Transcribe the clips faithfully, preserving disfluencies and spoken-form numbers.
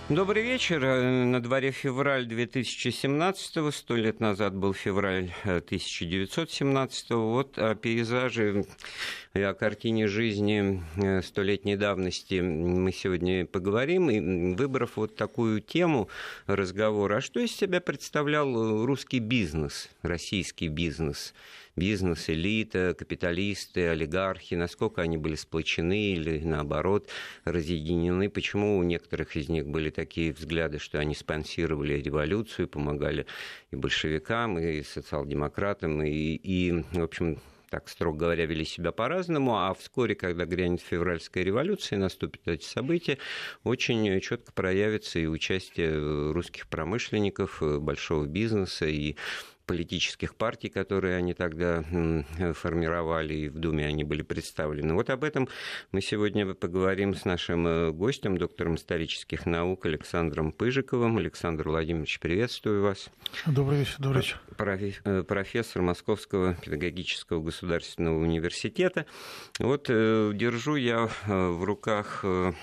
Добрый вечер. На дворе февраль две тысячи семнадцатого, сто лет назад был февраль тысяча девятьсот семнадцатого. Вот о пейзаже и о картине жизни столетней давности мы сегодня поговорим. И выбрав вот такую тему разговора, а что из себя представлял русский бизнес, российский бизнес? Бизнес, элита, капиталисты, олигархи, насколько они были сплочены или, наоборот, разъединены, почему у некоторых из них были такие взгляды, что они спонсировали революцию, помогали и большевикам, и социал-демократам, и, и в общем, так, строго говоря, вели себя по-разному, а вскоре, когда грянет февральская революция, наступят эти события, очень четко проявится и участие русских промышленников, большого бизнеса и политических партий, которые они тогда формировали, и в Думе они были представлены. Вот об этом мы сегодня поговорим с нашим гостем, доктором исторических наук Александром Пыжиковым. Александр Владимирович, приветствую вас. Добрый вечер. Добрый вечер. Профессор Московского педагогического государственного университета. Вот держу я в руках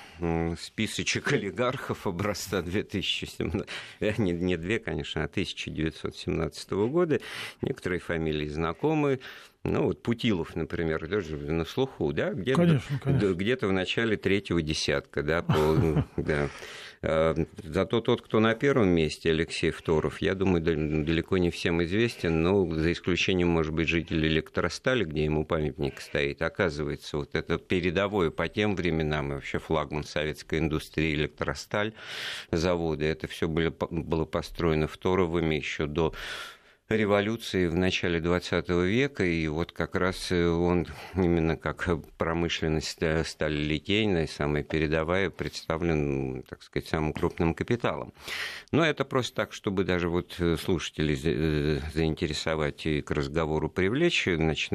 списочек олигархов образца две тысячи семнадцатого, не, не две, конечно, а тысяча девятьсот семнадцатого года. годы. Некоторые фамилии знакомы. Ну, вот Путилов, например, даже на слуху, да? Где-то, конечно, конечно. Где-то в начале третьего десятка, да, по, да. Зато тот, кто на первом месте, Алексей Второв, я думаю, далеко не всем известен, но за исключением, может быть, жителей Электростали, где ему памятник стоит, оказывается, вот это передовое по тем временам, и вообще флагман советской индустрии Электросталь, заводы, это все было построено Второвыми еще до революции в начале двадцатого века, и вот как раз он именно как промышленность сталелитейная, самая передовая, представлен, так сказать, самым крупным капиталом. Но это просто так, чтобы даже вот слушателей заинтересовать и к разговору привлечь, значит,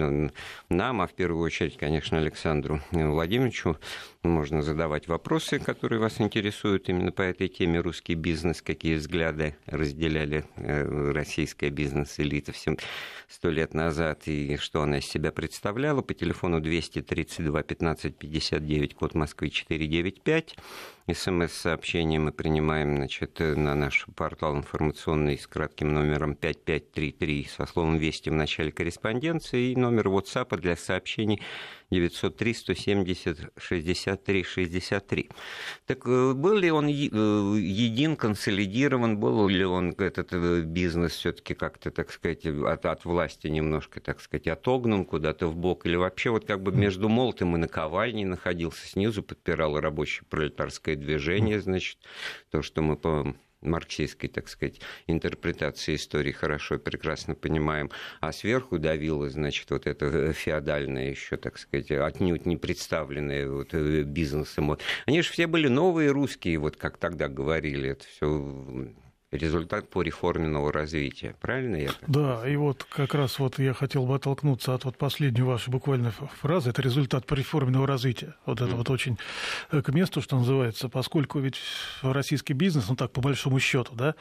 нам, а в первую очередь, конечно, Александру Владимировичу, можно задавать вопросы, которые вас интересуют именно по этой теме. Русский бизнес, какие взгляды разделяли российская бизнес-элита всем сто лет назад, и что она из себя представляла. По телефону двести тридцать два пятнадцать пятьдесят девять, код Москвы четыреста девяносто пять. СМС-сообщение мы принимаем, значит, на наш портал информационный с кратким номером пять пять три три со словом «Вести» в начале корреспонденции, и номер WhatsApp для сообщений девятьсот три сто семьдесят шестьдесят три шестьдесят три. Так был ли он един, консолидирован, был ли он, этот бизнес, все-таки как-то, так сказать, от, от власти немножко, так сказать, отогнан куда-то в бок, или вообще вот как бы между молотом и наковальней находился, снизу подпирало рабочее пролетарское движение, значит, то, что мы по марксистской, так сказать, интерпретации истории хорошо и прекрасно понимаем, а сверху давило, значит, вот это феодальное еще, так сказать, отнюдь не представленное вот бизнесом. Они же все были новые русские, вот как тогда говорили, это все результат пореформенного развития. Правильно я? Да, и вот как раз вот я хотел бы оттолкнуться от вот последней вашей буквально фразы. Это результат пореформенного развития. Вот это mm. вот очень к месту, что называется, поскольку ведь российский бизнес, ну так по большому счету, да,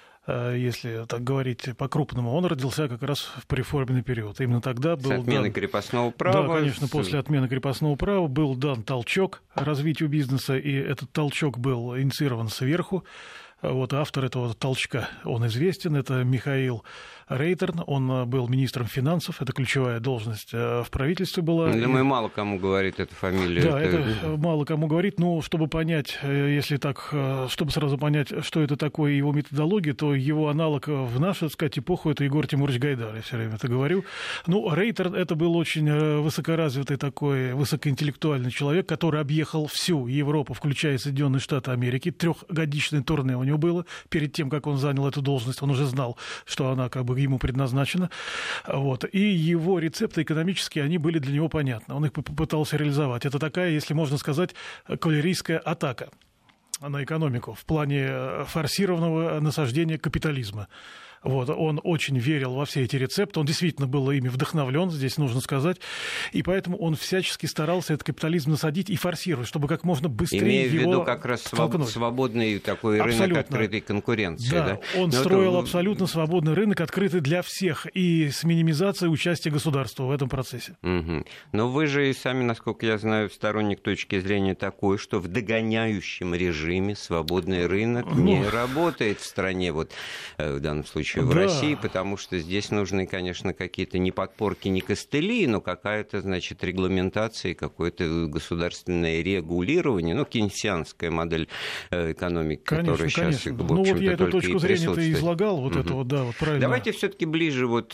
если так говорить по-крупному, он родился как раз в пореформенный период. Именно тогда был... С отменой дан... крепостного права. Да, конечно, после отмены крепостного права был дан толчок развитию бизнеса, и этот толчок был инициирован сверху. Вот автор этого толчка, он известен, это Михаил Рейтерн, он был министром финансов, это ключевая должность в правительстве была. Думаю, мало кому говорит эта фамилия. Да, это... это мало кому говорит, но чтобы понять, если так, чтобы сразу понять, что это такое его методология, то его аналог в нашу, так сказать, эпоху — это Егор Тимурович Гайдар, я все время это говорю. Ну, Рейтерн — это был очень высокоразвитый такой, высокоинтеллектуальный человек, который объехал всю Европу, включая Соединенные Штаты Америки, трехгодичное турне у него было. Перед тем, как он занял эту должность, он уже знал, что она как бы ему предназначена. Вот. И его рецепты экономические, они были для него понятны. Он их попытался реализовать. Это такая, если можно сказать, кавалерийская атака на экономику в плане форсированного насаждения капитализма. Вот, он очень верил во все эти рецепты, он действительно был ими вдохновлен, здесь нужно сказать, и поэтому он всячески старался этот капитализм насадить и форсировать, чтобы как можно быстрее Имея в его виду как раз столкнуть. свободный такой Абсолютно. рынок открытой конкуренции. Да, да? он Но строил это... абсолютно свободный рынок, открытый для всех, и с минимизацией участия государства в этом процессе. Угу. Но вы же и сами, насколько я знаю, сторонник точки зрения такой, что в догоняющем режиме свободный рынок ну... не работает в стране, вот в данном случае в да. России, потому что здесь нужны, конечно, какие-то не подпорки, не костыли, но какая-то, значит, регламентация, какое-то государственное регулирование, ну, кейнсианская модель экономики, конечно, которая сейчас, конечно. в общем-то, ну, вот я эту точку зрения-то излагал, вот угу. это вот, да, вот правильно. Давайте все-таки ближе вот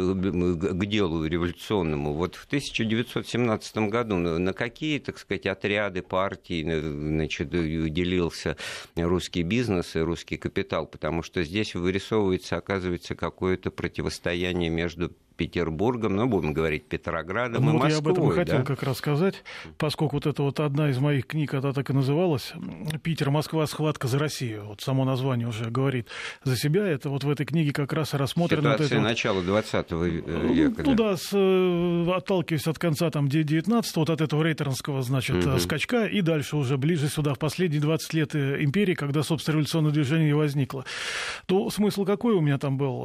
к делу революционному. Вот в тысяча девятьсот семнадцатом году на какие, так сказать, отряды партий, значит, делился русский бизнес и русский капитал, потому что здесь вырисовывается, оказывается, какое-то противостояние между Петербургом, ну, будем говорить, Петроградом ну, и вот Москвой. Я об этом и хотел да? как раз сказать, поскольку вот это вот одна из моих книг, она так и называлась «Питер, Москва. Схватка за Россию». Вот само название уже говорит за себя. Это вот в этой книге как раз рассмотрено... Ситуация вот начала двадцатого века. Ну да, да, с, отталкиваясь от конца там, девятнадцатого, вот от этого рейтернского, значит, угу. скачка, и дальше уже ближе сюда, в последние двадцать лет империи, когда, собственно, революционное движение возникло. То смысл какой у меня там был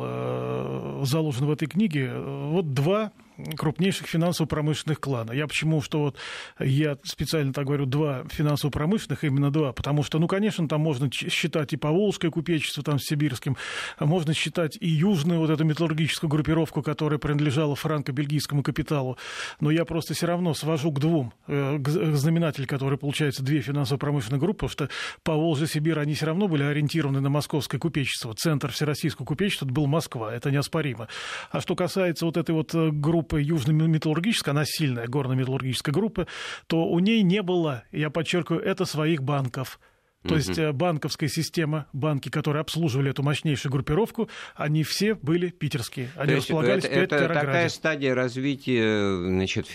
э, заложен в этой книге? Вот два крупнейших финансово-промышленных клана. Я почему, что вот я специально так говорю, два финансово-промышленных, именно два, потому что, ну, конечно, там можно считать и Поволжское купечество там с сибирским, можно считать и южную вот эту металлургическую группировку, которая принадлежала франко-бельгийскому капиталу, но я просто все равно свожу к двум, к знаменателю, который получается две финансово-промышленные группы, потому что Поволжье, Сибирь, они все равно были ориентированы на московское купечество. Центр всероссийского купечества был Москва, это неоспоримо. А что касается вот этой вот группы южно-металлургическая, она сильная горно-металлургическая группа, то у ней не было, я подчеркиваю, это своих банков. То есть банковская система, банки, которые обслуживали эту мощнейшую группировку, они все были питерские. Они То есть располагались это, в Петрограде. Это такая стадия развития, значит,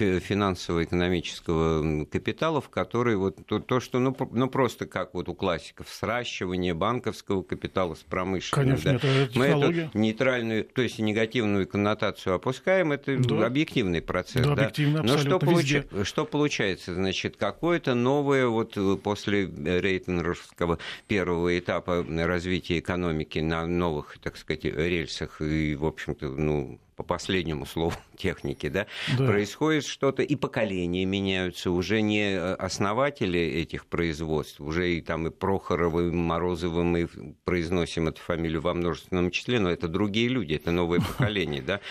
финансово-экономического капитала, в которой вот то, то что ну, ну просто как вот у классиков сращивание банковского капитала с промышленным. Конечно, да. это технология. Мы эту нейтральную, то есть негативную коннотацию опускаем, это да. объективный процесс. Да, да. объективно, Но абсолютно, что, везде. получ... что получается? Значит, какое-то новое вот после рейтинга первого этапа развития экономики на новых, так сказать, рельсах и, в общем-то, ну, по последнему слову техники, да, да, происходит что-то, и поколения меняются, уже не основатели этих производств, уже и там и Прохоровы, и Морозовы, мы произносим эту фамилию во множественном числе, но это другие люди, это новое поколение, да,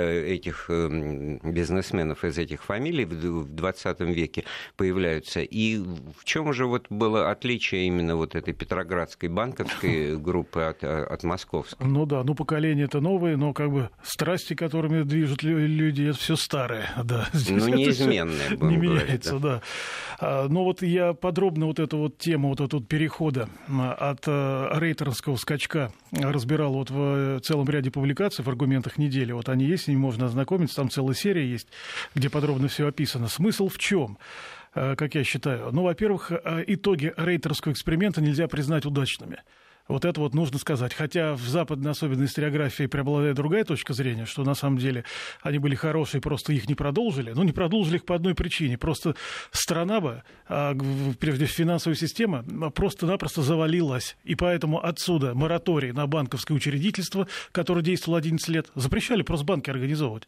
этих бизнесменов из этих фамилий в двадцатом веке появляются. И в чем же вот было отличие именно вот этой петроградской банковской группы от, от московской? Ну да, ну поколение-то новое, но как бы страсти, которыми движут люди, это все старое, да. Ну, неизменное, будем не говорить, меняется, да. да. Но вот я подробно вот эту вот тему, вот эту перехода от рейтеровского скачка разбирал вот в целом ряде публикаций в аргументах недели. Вот они есть, с ними можно ознакомиться, там целая серия есть, где подробно все описано. Смысл в чем? Как я считаю? Ну, во-первых, итоги рейтеровского эксперимента нельзя признать удачными. Вот это вот нужно сказать. Хотя в западной, особенно историографии, преобладает другая точка зрения, что на самом деле они были хорошие, просто их не продолжили. Ну, не продолжили их по одной причине. Просто страна бы, прежде всего финансовая система, просто-напросто завалилась. И поэтому отсюда мораторий на банковское учредительство, которое действовало одиннадцать лет, запрещали просто банки организовывать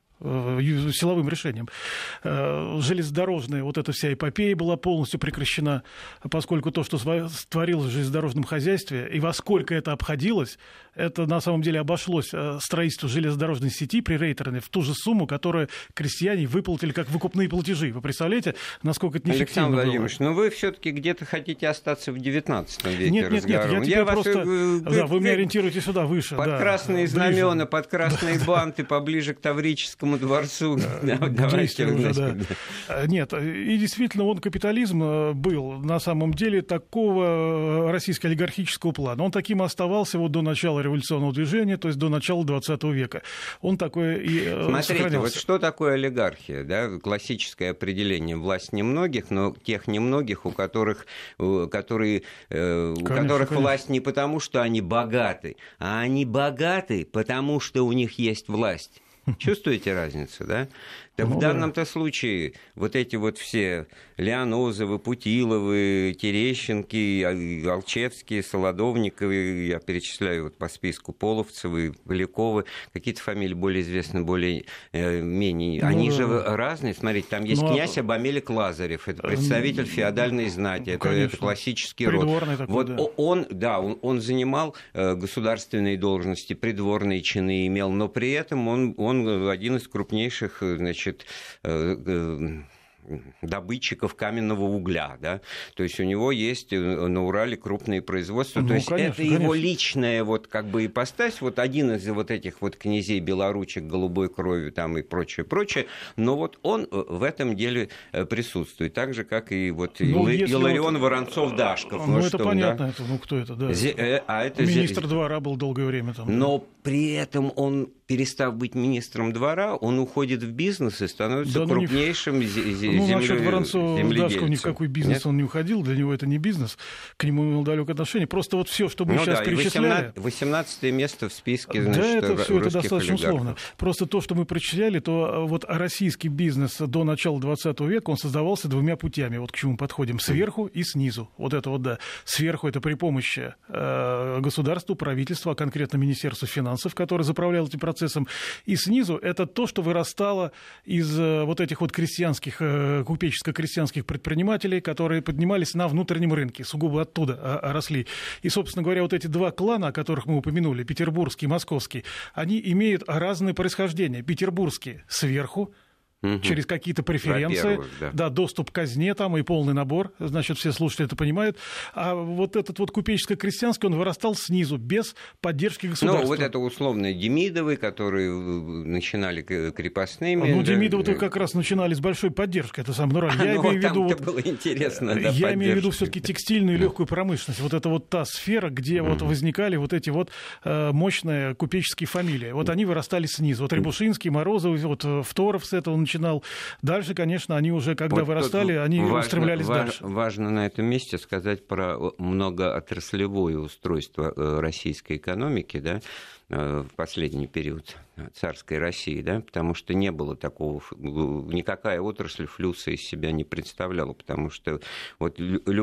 силовым решением. Железнодорожная вот эта вся эпопея была полностью прекращена, поскольку то, что творилось в железнодорожном хозяйстве, и во сколько это обходилось, это на самом деле обошлось строительство железнодорожной сети при рейтерне в ту же сумму, которую крестьяне выплатили как выкупные платежи. Вы представляете, насколько это неэффективно было? Александр Владимирович, но вы все-таки где-то хотите остаться в девятнадцатом веке. Нет, нет, нет, я теперь просто... Вас... Да, вы меня ориентируете сюда, выше. Под да, красные ближе. знамена, под красные банты, поближе к Таврическому Зимнему дворцу. Действия уже, да. Нет, и действительно, он капитализм был на самом деле такого российско-олигархического плана. Он таким оставался вот до начала революционного движения, то есть до начала двадцатого века. Он такой и Смотрите, сохранялся. Вот что такое олигархия? Да? Классическое определение: власть немногих, но тех немногих, у которых, которые, конечно, у которых конечно. власть не потому, что они богаты, а они богаты, потому что у них есть власть. Чувствуете разницу, да? Да ну, в данном-то да. случае вот эти вот все Лианозовы, Путиловы, Терещенки, Алчевские, Солодовниковы, я перечисляю вот по списку, Половцевы, Поляковы, какие-то фамилии более известны, более э, менее. Ну, Они да. же разные. Смотрите, там есть ну, князь Абамелик Лазарев, это представитель феодальной знати, это, это классический придворный род. Такой, вот да. он, да, он, он занимал э, государственные должности, придворные чины имел, но при этом он, он один из крупнейших, значит, Значит, добытчиков каменного угля, да, то есть у него есть на Урале крупные производства, ну, то есть конечно, это конечно. его личная вот как бы ипостась, вот один из вот этих вот князей белоручек голубой кровью там и прочее, прочее, но вот он в этом деле присутствует, так же, как и вот ну, Иларион вот... Воронцов-Дашков. Ну, ну это что, понятно, да? это, ну, кто это, да. Зе... А это Министр зе... двора был долгое время там. Но да. при этом он, перестав быть министром двора, он уходит в бизнес и становится да, ну, крупнейшим не... земледельцем. Ну, насчет Воронцова-Дашкова ни в какой бизнес Нет? он не уходил, для него это не бизнес, к нему имел далекое отношение. Просто вот все, что мы ну, сейчас да, перечисляли... восемнадцатое место в списке, значит, да, это все это достаточно олигархов. условно. Просто то, что мы перечисляли, то вот российский бизнес до начала двадцатого века, он создавался двумя путями. Вот к чему мы подходим. Сверху и снизу. Вот это вот, да. Сверху это при помощи э, государства, правительства, а конкретно Министерства финансов, которое заправляло этим процессом. И снизу это то, что вырастало из э, вот этих вот крестьянских, э, купеческо-крестьянских предпринимателей, которые поднимались на внутреннем рынке, сугубо оттуда а, росли. И, собственно говоря, вот эти два клана, о которых мы упомянули, петербургский и московский, они имеют разное происхождение. Петербургский сверху, угу. через какие-то преференции, да. да, доступ к казне там и полный набор, значит, все слушатели это понимают. А вот этот вот купеческо-крестьянский, он вырастал снизу, без поддержки государства. Ну, вот это условно Демидовы, которые начинали крепостными. Ну, Демидовы-то как раз начинали с большой поддержкой, это самое натурально. Я имею в виду... Вот, было интересно, да, я имею в виду все-таки текстильную и легкую промышленность. Вот это вот та сфера, где mm-hmm. вот возникали вот эти вот э, мощные купеческие фамилии. Вот они вырастали снизу. Вот Рябушинский, Морозов, вот Второв с этого начинал. Дальше, конечно, они уже, когда вот вырастали, они важно, устремлялись важ, дальше. Важно на этом месте сказать про многоотраслевое устройство российской экономики, да, в последний период царской России, да, потому что не было такого, никакая отрасль флюса из себя не представляла, потому что вот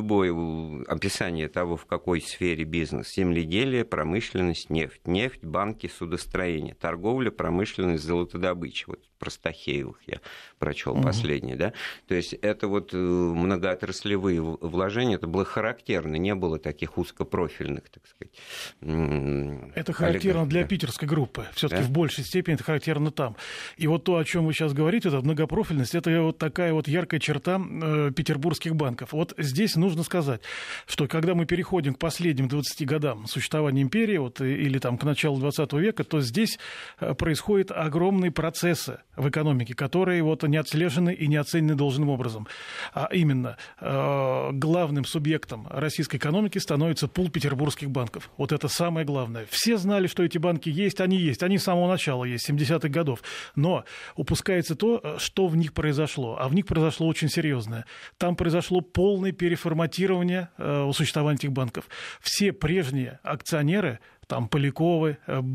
любое описание того, в какой сфере бизнес: земледелие, промышленность, нефть, нефть, банки, судостроение, торговля, промышленность, золотодобыча. Вот про Стахеевых я прочел угу. последнее, да, то есть это вот многоотраслевые вложения, это было характерно, не было таких узкопрофильных, так сказать. Это характерно для Для питерской группы. Все-таки да? в большей степени это характерно там. И вот то, о чем вы сейчас говорите, это многопрофильность, это вот такая вот яркая черта э, петербургских банков. Вот здесь нужно сказать, что когда мы переходим к последним двадцати годам существования империи, вот, или там к началу двадцатого века, то здесь э, происходят огромные процессы в экономике, которые вот не отслежены и не оценены должным образом. А именно, э, главным субъектом российской экономики становится пул петербургских банков. Вот это самое главное. Все знали, что эти банки Банки есть, они есть, они с самого начала есть, семидесятых годов. Но упускается то, что в них произошло. А в них произошло очень серьезное. Там произошло полное переформатирование э, существования этих банков. Все прежние акционеры, там Поляковы,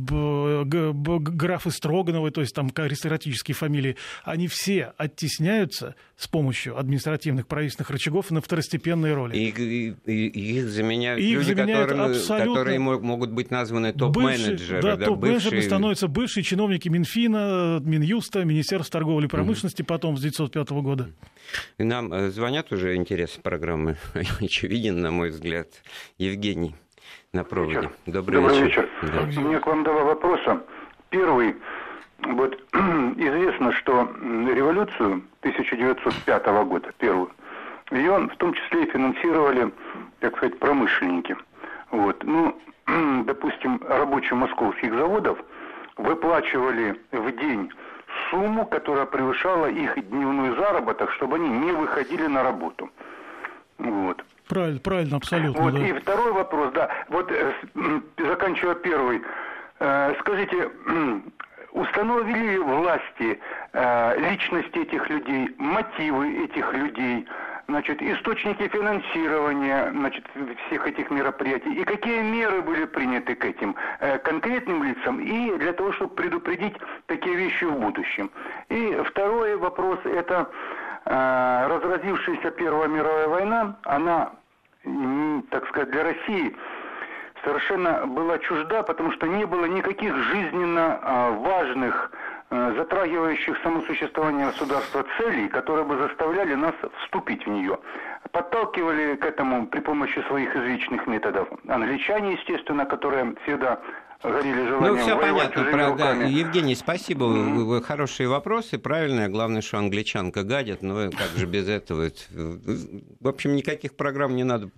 графы Строгановы, то есть там аристократические фамилии, они все оттесняются с помощью административных правительственных рычагов на второстепенные роли. И, и, и их заменяют и люди, их заменяют которые, которые могут быть названы топ-менеджеры. Да, да, топ-менеджеры бывшие... становятся бывшие чиновники Минфина, Минюста, Министерства торговли и промышленности, mm-hmm. потом с девятьсот пятого года. И нам звонят уже, интерес программы очевиден, на мой взгляд. Евгений на проводе. Вечер. Добрый, Добрый вечер. вечер. Да. У меня к вам два вопроса. Первый. Вот известно, что революцию тысяча девятьсот пятого года, первую, ее в том числе и финансировали, так сказать, промышленники. Вот. Ну, допустим, рабочим московских заводов выплачивали в день сумму, которая превышала их дневной заработок, чтобы они не выходили на работу. Вот. Правильно, правильно, абсолютно. Вот, да. И второй вопрос, да, вот заканчивая первый, скажите, установили ли власти личности этих людей, мотивы этих людей, значит, источники финансирования, значит, всех этих мероприятий, и какие меры были приняты к этим конкретным лицам, и для того, чтобы предупредить такие вещи в будущем. И второй вопрос, это разразившаяся Первая мировая война, она, так сказать, для России совершенно была чужда, потому что не было никаких жизненно важных, затрагивающих само существование государства целей, которые бы заставляли нас вступить в нее. Подталкивали к этому при помощи своих извечных методов англичане, естественно, которые всегда горели желанием. Ну, все понятно, правда. руками. Евгений, спасибо. Mm-hmm. Хорошие вопросы, правильные. Главное, что англичанка гадит, но как же без этого? В общем, никаких программ не надо,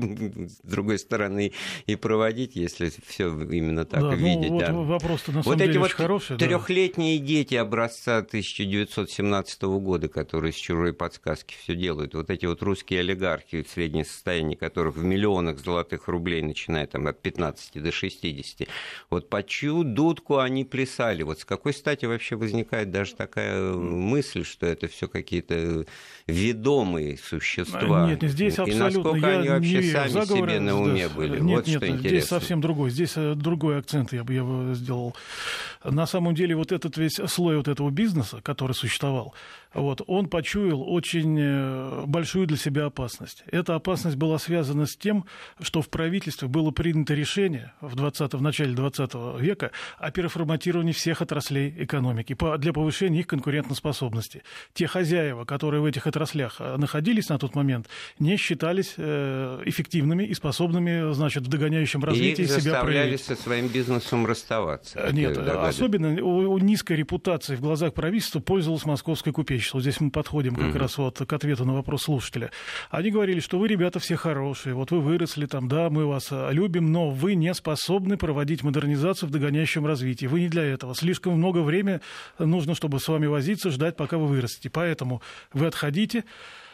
с другой стороны, и проводить, если все именно так да, видеть. Ну, да. Вот вопрос-то на вот самом эти деле вот очень хороший. Трехлетние да. дети образца тысяча девятьсот семнадцатого года, которые с чужой подсказки все делают, вот эти вот русские олигархи, среднее состояние которых в миллионах золотых рублей, начиная там, от пятнадцати до шестидесяти, вот по чью дудку они плясали? Вот с какой стати вообще возникает даже такая мысль, что это все какие-то ведомые существа? Нет, здесь и абсолютно. насколько Я они вообще не сами заговоры, себе на уме да, были? Нет, вот нет, что здесь интересно. совсем другой. Здесь другой акцент я бы, я бы сделал. На самом деле вот этот весь слой вот этого бизнеса, который существовал, вот, он почуял очень большую для себя опасность. Эта опасность была связана с тем, что в правительстве было принято решение в, двадцатом, в начале двадцатого века о переформатировании всех отраслей экономики для повышения их конкурентоспособности. Те хозяева, которые в этих отраслях находились на тот момент, не считались эффективными и способными, значит, в догоняющем развитии и их себя заставляли проявить. со своим бизнесом расставаться. Нет, особенно у, у низкой репутации в глазах правительства пользовалось московское купечество. Здесь мы подходим как mm-hmm. раз вот к ответу на вопрос слушателя. Они говорили, что вы, ребята, все хорошие, вот вы выросли там, да, мы вас любим, но вы не способны проводить модернизацию в догоняющем развитии. Вы не для этого. Слишком много времени нужно, чтобы с вами возиться, ждать, пока вы вырастете. Поэтому вы отходите,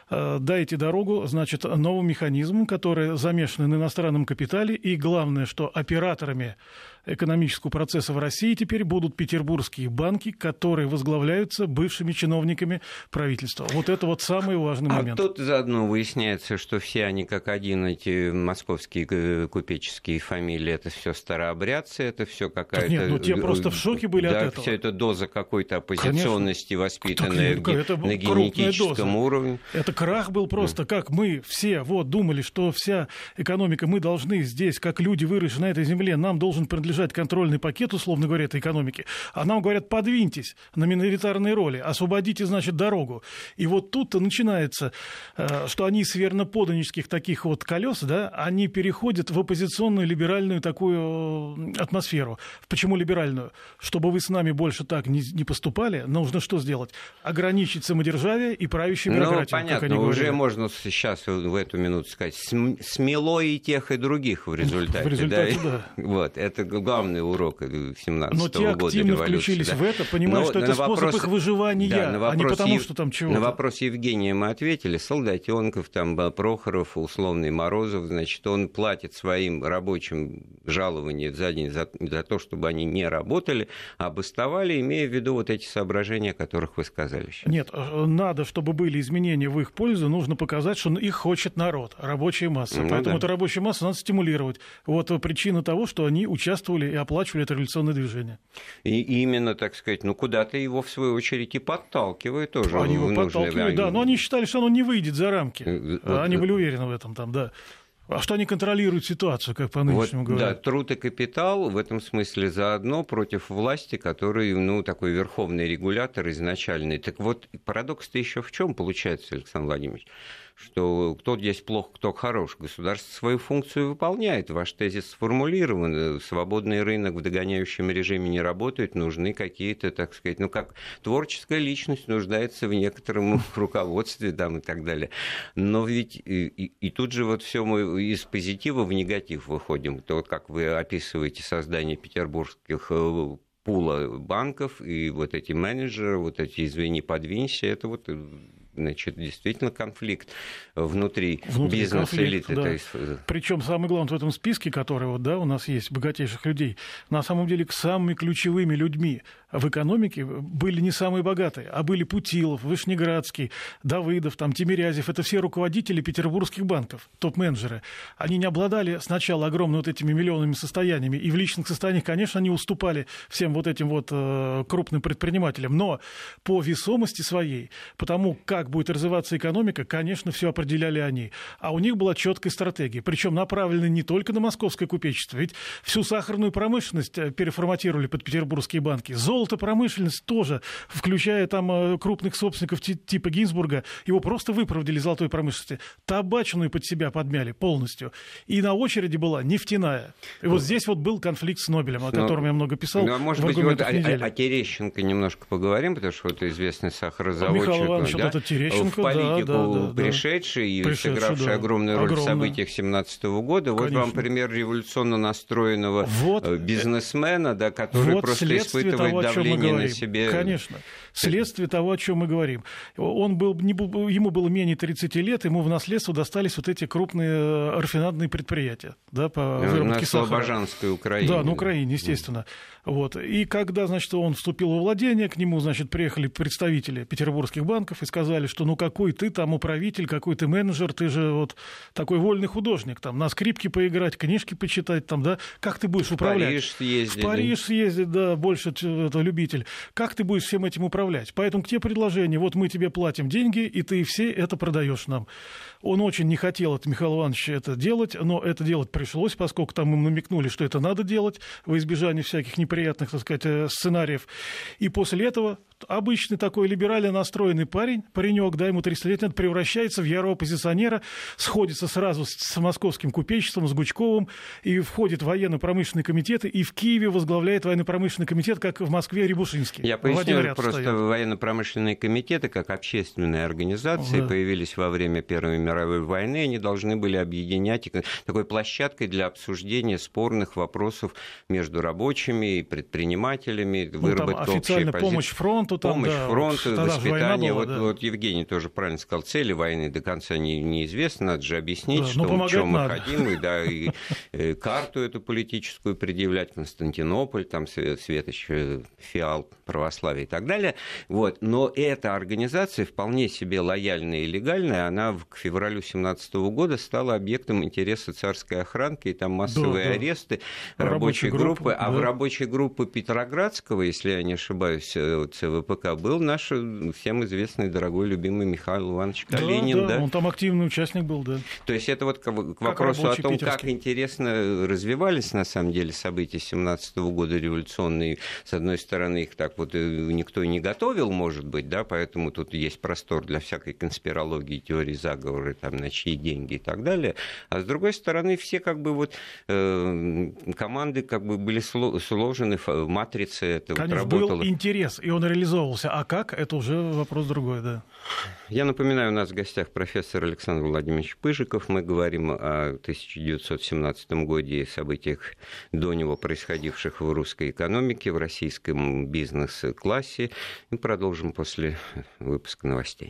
дайте дорогу, значит, новым механизмам, которые замешаны на иностранном капитале, и главное, что операторами экономического процесса в России теперь будут петербургские банки, которые возглавляются бывшими чиновниками правительства. Вот это вот самый важный момент. А тут заодно выясняется, что все они как один, эти московские купеческие фамилии, это все старообрядцы, это все какая-то... Нет, ну те просто в шоке были да, от этого. Все это доза какой-то оппозиционности, конечно, воспитанная так, это на генетическом доза. уровне. Это крах был просто, mm. как мы все вот думали, что вся экономика, мы должны здесь, как люди, выросшие на этой земле, нам должен принадлежать контрольный пакет, условно говоря, этой экономики, а нам говорят, подвиньтесь на миноритарные роли, освободите, значит, дорогу. И вот тут-то начинается, что они с верноподанических таких вот колес, да, они переходят в оппозиционную либеральную такую атмосферу. Почему либеральную? Чтобы вы с нами больше так не, не поступали, нужно что сделать? Ограничить самодержавие и правящую бюрократию, ну, понятно, как они говорили. Уже можно сейчас в эту минуту сказать, смело и тех, и других в результате. В результате, да. да. Вот, это главный урок семнадцатого года. Но те активно революции, включились да. в это, понимая, Но что это способ вопрос, их выживания, да, а не потому, Ев... что там чего-то. На вопрос Евгения мы ответили. Солдатенков, там, Прохоров, условный Морозов, значит, он платит своим рабочим жалование за день за, за то, чтобы они не работали, а бастовали, имея в виду вот эти соображения, о которых вы сказали сейчас. Нет, надо, чтобы были изменения в их пользу, нужно показать, что их хочет народ, рабочая масса. Ну, Поэтому да. эту рабочую массу надо стимулировать. Вот причина того, что они участвовали и оплачивали это революционное движение. И именно, так сказать, ну куда-то его, в свою очередь, и подталкивают тоже. Они его подталкивают, да, но они считали, что оно не выйдет за рамки. Вот, они были уверены в этом там, да. А что они контролируют ситуацию, как по-нынешнему вот, говорят? Да, труд и капитал в этом смысле заодно против власти, который, ну, такой верховный регулятор изначальный. Так вот, парадокс-то еще в чем получается, Александр Владимирович? Что кто здесь плох, кто хорош. Государство свою функцию выполняет. Ваш тезис сформулирован. Свободный рынок в догоняющем режиме не работает. Нужны какие-то, так сказать, ну, как творческая личность нуждается в некотором руководстве там, и так далее. Но ведь и, и, и тут же вот все мы из позитива в негатив выходим. То вот как вы описываете создание петербургских пула банков, и вот эти менеджеры, вот эти «извини, подвинься», это вот... Значит, действительно конфликт внутри, внутри бизнес-элиты. Да. Есть... Причем самое главное в этом списке, который вот, да, у нас есть, богатейших людей, на самом деле самыми ключевыми людьми в экономике были не самые богатые, а были Путилов, Вышнеградский, Давыдов, там, Тимирязев. Это все руководители петербургских банков, топ-менеджеры. Они не обладали сначала огромными вот этими миллионными состояниями, и в личных состояниях, конечно, они уступали всем вот этим вот э, крупным предпринимателям, но по весомости своей, потому как будет развиваться экономика, конечно, все определяли они. А у них была четкая стратегия, причем направленная не только на московское купечество, ведь всю сахарную промышленность переформатировали под петербургские банки. Золотопромышленность тоже, включая там крупных собственников типа Гинзбурга, его просто выпроводили из золотой промышленности. Табачную под себя подмяли полностью. И на очереди была нефтяная. И вот здесь вот был конфликт с Нобелем, о котором ну, я много писал. Ну, а может быть, вот о, о Терещенко немножко поговорим, потому что это известный сахарозаводчик. Михаил Иванович, да? вот это Терещенко, в политику да, да, да, пришедший и пришедший, сыгравший да. огромную роль Огромное. в событиях семнадцатого года. Вот Конечно. вам пример революционно настроенного вот, бизнесмена, да, который вот просто испытывает того, давление на себе. Конечно. Следствие того, о чем мы говорим. Он был, не, ему было менее тридцати лет, ему в наследство достались вот эти крупные рафинадные предприятия, да, по выработке сахара. На Слобожанской Украине. Да, на Украине, естественно. Вот. И когда, значит, он вступил во владение, к нему, значит, приехали представители петербургских банков и сказали, что ну какой ты там управитель, какой ты менеджер, ты же вот такой вольный художник, там, на скрипке поиграть, книжки почитать, там, да, как ты будешь управлять? В Париж съездить. В Париж съездить, да, больше это, любитель. Как ты будешь всем этим управлять? Поэтому к тебе предложение, вот мы тебе платим деньги, и ты все это продаешь нам. Он очень не хотел, это, Михаил Иванович, это делать, но это делать пришлось, поскольку там им намекнули, что это надо делать во избежание всяких неприятных, так сказать, сценариев. И после этого обычный такой либерально настроенный парень, паренек, да, ему тридцать лет, превращается в ярого оппозиционера, сходится сразу с московским купечеством, с Гучковым, и входит в военно-промышленные комитеты, и в Киеве возглавляет военно-промышленный комитет, как в Москве Рябушинский. Я поясню, просто стоит. Военно-промышленные комитеты, как общественные организации, да. появились во время Первой мировой войны, они должны были объединять такой площадкой для обсуждения спорных вопросов между рабочими и предпринимателями, ну, выработка общей позиции. Помощь фронту, там, помощь да, фронту, вот, воспитание. Была, вот, да. вот Евгений тоже правильно сказал, цели войны до конца не, неизвестны, надо же объяснить, да, что, ну, чем надо. мы хотим, и, да, и э, карту эту политическую предъявлять, Константинополь, там Светоч, фиал православия и так далее. Вот. Но эта организация, вполне себе лояльная и легальная, она к февралю семнадцатого года стала объектом интереса царской охранки, и там массовые да, да. аресты рабочей группы. группы. А да. в рабочей группе Петроградского, если я не ошибаюсь, ЦВПК, был наш всем известный, дорогой, любимый Михаил Иванович Калинин. Да, да, да? Он там активный участник был, да. То есть это вот к, к вопросу о том, питерский. Как интересно развивались, на самом деле, события семнадцатого года революционные. С одной стороны, их так вот никто и не готовил, может быть, да, поэтому тут есть простор для всякой конспирологии, теории заговора, там, на чьи деньги и так далее. А с другой стороны, все как бы вот э, команды как бы были сложены, матрица это Конечно, вот работала. Был интерес, и он реализовывался. А как, это уже вопрос другой, да. Я напоминаю, у нас в гостях профессор Александр Владимирович Пыжиков. Мы говорим о тысяча девятьсот семнадцатом годе и событиях до него, происходивших в русской экономике, в российском бизнес-классе. И продолжим после выпуска новостей.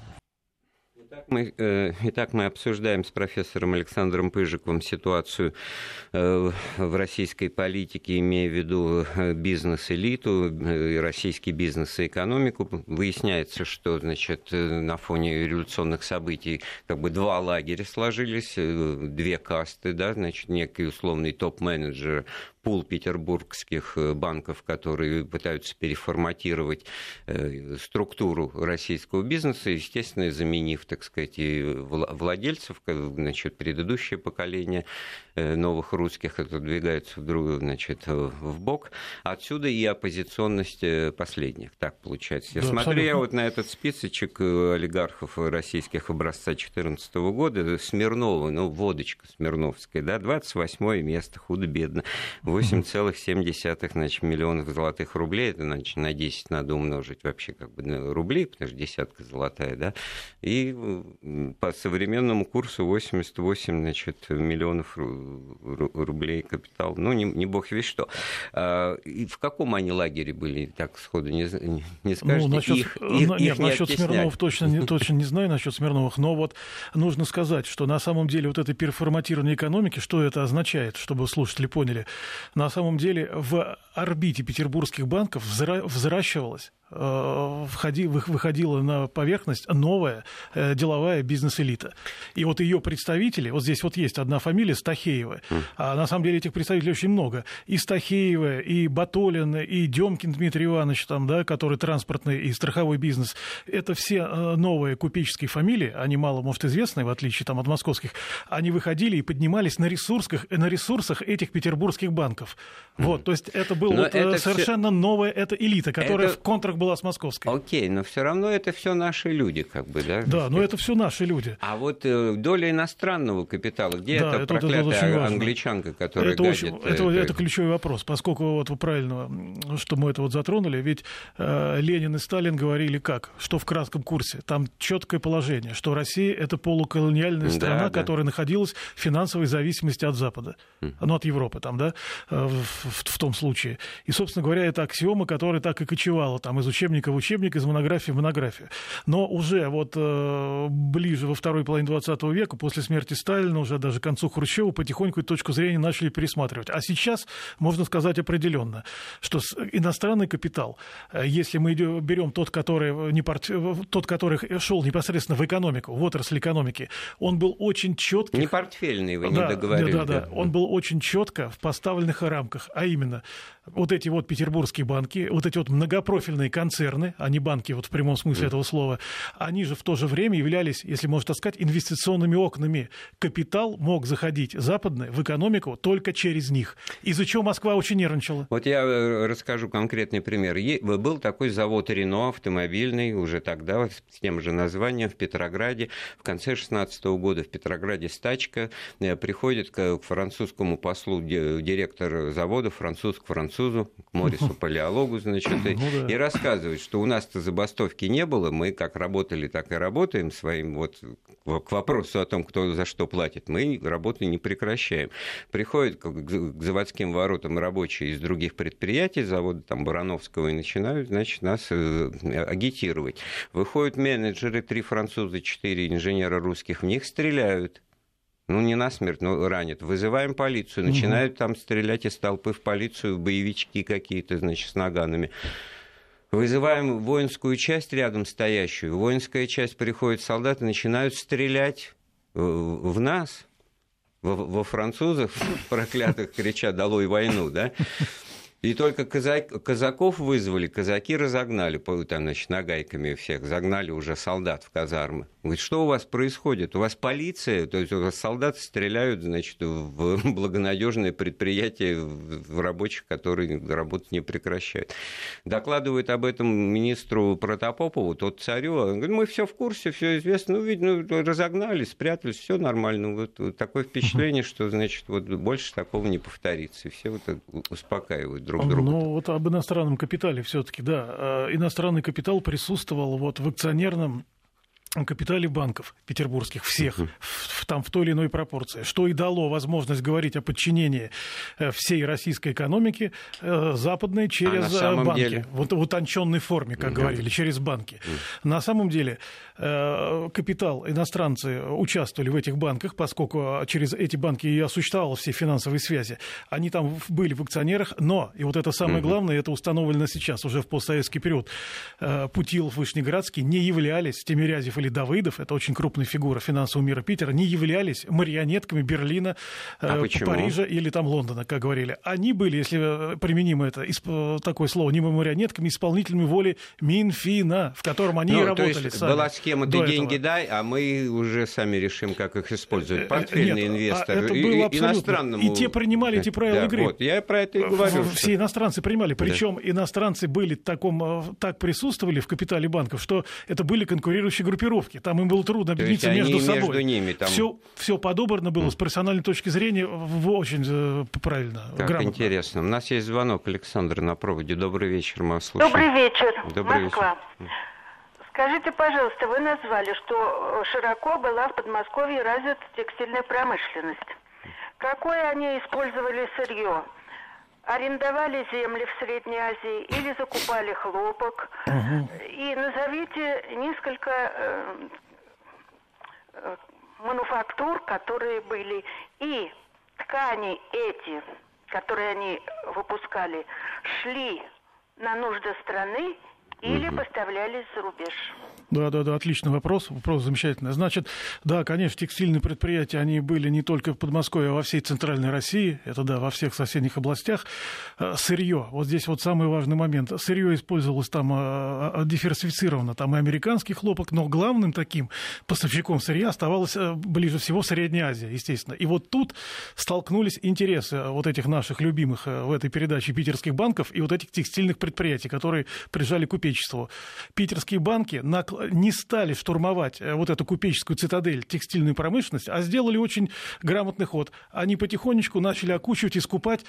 Итак мы, э, итак, мы обсуждаем с профессором Александром Пыжиковым ситуацию э, в российской политике, имея в виду бизнес-элиту, э, российский бизнес и экономику. Выясняется, что, значит, на фоне революционных событий как бы два лагеря сложились, э, две касты, да, значит, некий условный топ-менеджер, пул петербургских банков, которые пытаются переформатировать э, структуру российского бизнеса, естественно, заменив, так сказать, и владельцев, значит, предыдущее поколение э, новых русских отодвигаются вдруг, значит, в бок. Отсюда и оппозиционность последних. Так получается. Я да, смотрю абсолютно. Я вот на этот списочек олигархов российских образца две тысячи четырнадцатого года, Смирнова, ну, водочка Смирновская, да, двадцать восьмое место, худо-бедно. восемь целых семь десятых значит, миллионов золотых рублей, это значит, на десять надо умножить вообще как бы на рубли, потому что десятка золотая, да, и по современному курсу восемьдесят восемь значит, миллионов рублей капитал, ну, не, не бог весь что. И в каком они лагере были, так сходу не, не скажете? Ну, насчет, их, их, нет, их не насчет Смирновых точно не, точно не знаю, насчет Смирновых, но вот нужно сказать, что на самом деле вот это переформатирование экономики, что это означает, чтобы слушатели поняли, на самом деле в орбите петербургских банков взращивалась, выходила на поверхность новая деловая бизнес-элита. И вот ее представители, вот здесь вот есть одна фамилия Стахеева, а на самом деле этих представителей очень много. И Стахеева, и Батолин, и Демкин Дмитрий Иванович, там, да, который транспортный и страховой бизнес. Это все новые купеческие фамилии, они мало, может, известны, в отличие там, от московских. Они выходили и поднимались на ресурсах, на ресурсах этих петербургских банков. Mm-hmm. Вот, то есть это была вот это совершенно все... новая эта элита, которая это... в контрах была с московской. Окей, но все равно это все наши люди, как бы, да? Да, но это все наши люди. А вот э, доля иностранного капитала, где да, эта это, проклятая это англичанка, которая это гадит? Очень, это, это... это ключевой вопрос, поскольку вот вы правильно, что мы это вот затронули, ведь э, Ленин и Сталин говорили как, что в кратком курсе, там четкое положение, что Россия это полуколониальная страна, да, да. которая находилась в финансовой зависимости от Запада, mm. ну от Европы там, да, в, в, в том случае. И, собственно говоря, это аксиома, которая так и кочевала там из учебника в учебник, из монографии в монографию. Но уже вот э, ближе во второй половине двадцатого века, после смерти Сталина, уже даже к концу Хрущева, потихоньку эту точку зрения начали пересматривать. А сейчас можно сказать определенно, что иностранный капитал, если мы берем тот, который, не порт... тот, который шел непосредственно в экономику, в отрасль экономики, он был очень четкий. Не портфельный, вы да, не договорились. Да, да, да. Он был очень четко в поставленных рамках, а именно вот эти вот петербургские банки, вот эти вот многопрофильные концерны, а не банки вот в прямом смысле mm. этого слова, они же в то же время являлись, если можно так сказать, инвестиционными окнами. Капитал мог заходить западный в экономику только через них. Из-за чего Москва очень нервничала. Вот я расскажу конкретный пример. Был такой завод Рено автомобильный, уже тогда с тем же названием в Петрограде. В конце шестнадцатого года в Петрограде стачка. Приходит к французскому послу директор завода, француз к французу, к Морису Палеологу, значит, и, ну, да. и рассказывает, что у нас-то забастовки не было, мы как работали, так и работаем своим, вот к вопросу о том, кто за что платит, мы работу не прекращаем. Приходят к заводским воротам рабочие из других предприятий, завода там Барановского, и начинают, значит, нас агитировать. Выходят менеджеры, три француза, четыре инженера русских, в них стреляют. Ну, не насмерть, но ранят. Вызываем полицию, начинают там стрелять из толпы в полицию, боевички какие-то, значит, с наганами. Вызываем воинскую часть рядом стоящую. Воинская часть приходит, солдаты начинают стрелять в нас, во, во французов проклятых, крича «Долой войну», да? И только казак, казаков вызвали, казаки разогнали, там, значит, нагайками всех, загнали уже солдат в казармы. Говорит, что у вас происходит? У вас полиция, то есть у вас солдаты стреляют, значит, в благонадежное предприятие, в рабочих, которые работать не прекращают. Докладывает об этом министру Протопопову, тот царю, он говорит, мы все в курсе, все известно, ну, ведь, ну, разогнались, спрятались, все нормально. Вот, вот такое впечатление, что, значит, вот больше такого не повторится. И все вот успокаивают друг друга. Ну, вот об иностранном капитале все-таки, да. Иностранный капитал присутствовал вот в акционерном капитале банков петербургских, всех, uh-huh. в, там в той или иной пропорции, что и дало возможность говорить о подчинении всей российской экономики э, западной через а банки. Деле... Вот в утонченной форме, как uh-huh. говорили, через банки. Uh-huh. На самом деле э, капитал, иностранцы участвовали в этих банках, поскольку через эти банки и осуществовали все финансовые связи. Они там были в акционерах, но, и вот это самое uh-huh. главное, это установлено сейчас, уже в постсоветский период, э, Путилов, Вышнеградский не являлись, Тимирязев или Давыдов, это очень крупная фигура финансового мира Питера, не являлись марионетками Берлина, а э, Парижа или там Лондона, как говорили. Они были, если применимо это такое слово, не марионетками, исполнителями воли Минфина, в котором они ну, и работали то есть сами. Была схема «ты деньги этого. дай, а мы уже сами решим, как их использовать». Портфельный Нет, инвестор. Это и, было иностранному... И те принимали эти правила да, игры. Вот, я про это и говорю. Все что... иностранцы принимали. Причем да. иностранцы были в таком, так присутствовали в капитале банков, что это были конкурирующие группировки. группировки. Там им было трудно объединиться между между собой. Между ними там... Все, все подобрано было mm. с профессиональной точки зрения в очень э, правильно, как грамотно. Интересно. У нас есть звонок. Александр на проводе. Добрый вечер, мы вас слушаем. Добрый вечер, Добрый Москва. вечер. Скажите, пожалуйста, вы назвали, что широко была в Подмосковье развита текстильная промышленность. Какое они использовали сырье? Арендовали земли в Средней Азии или закупали хлопок? Угу. И назовите несколько э, э, мануфактур, которые были, и ткани эти, которые они выпускали, шли на нужды страны или угу. поставлялись за рубеж? Да, да, да, отличный вопрос, вопрос замечательный. Значит, да, конечно, текстильные предприятия, они были не только в Подмосковье, а во всей Центральной России, это да, во всех соседних областях. Сырье, вот здесь вот самый важный момент. Сырье использовалось там диверсифицированно, там и американский хлопок, но главным таким поставщиком сырья оставалось ближе всего Средняя Азия, естественно. И вот тут столкнулись интересы вот этих наших любимых в этой передаче питерских банков и вот этих текстильных предприятий, которые прижали к купечеству. Питерские банки на не стали штурмовать вот эту купеческую цитадель, текстильную промышленность, а сделали очень грамотный ход. Они потихонечку начали окучивать и скупать